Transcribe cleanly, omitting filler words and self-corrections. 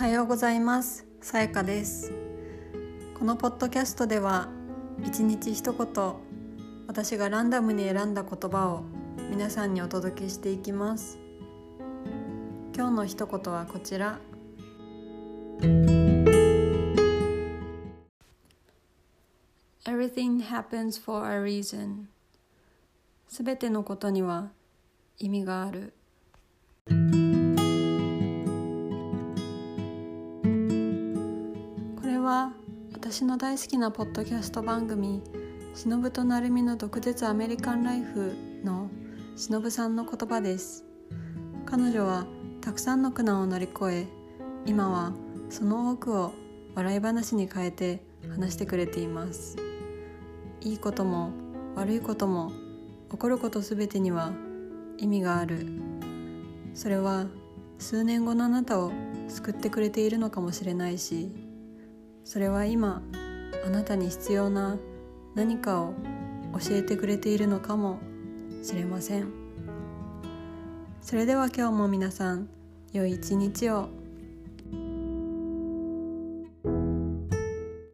はようございます。さやかです。このポッドキャストでは一日一言、私がランダムに選んだ言葉を皆さんにお届けしていきます。今日の一言はこちら。Everything happens for a reason. すべてのことには意味がある。これは私の大好きなポッドキャスト番組しのぶとなるみの毒舌アメリカンライフのしのぶさんの言葉です。彼女はたくさんの苦難を乗り越え、今はその多くを笑い話に変えて話してくれています。いいことも悪いことも起こることすべてには意味がある。それは数年後のあなたを救ってくれているのかもしれないし、それは今あなたに必要な何かを教えてくれているのかもしれません。それでは今日も皆さん、良い一日を。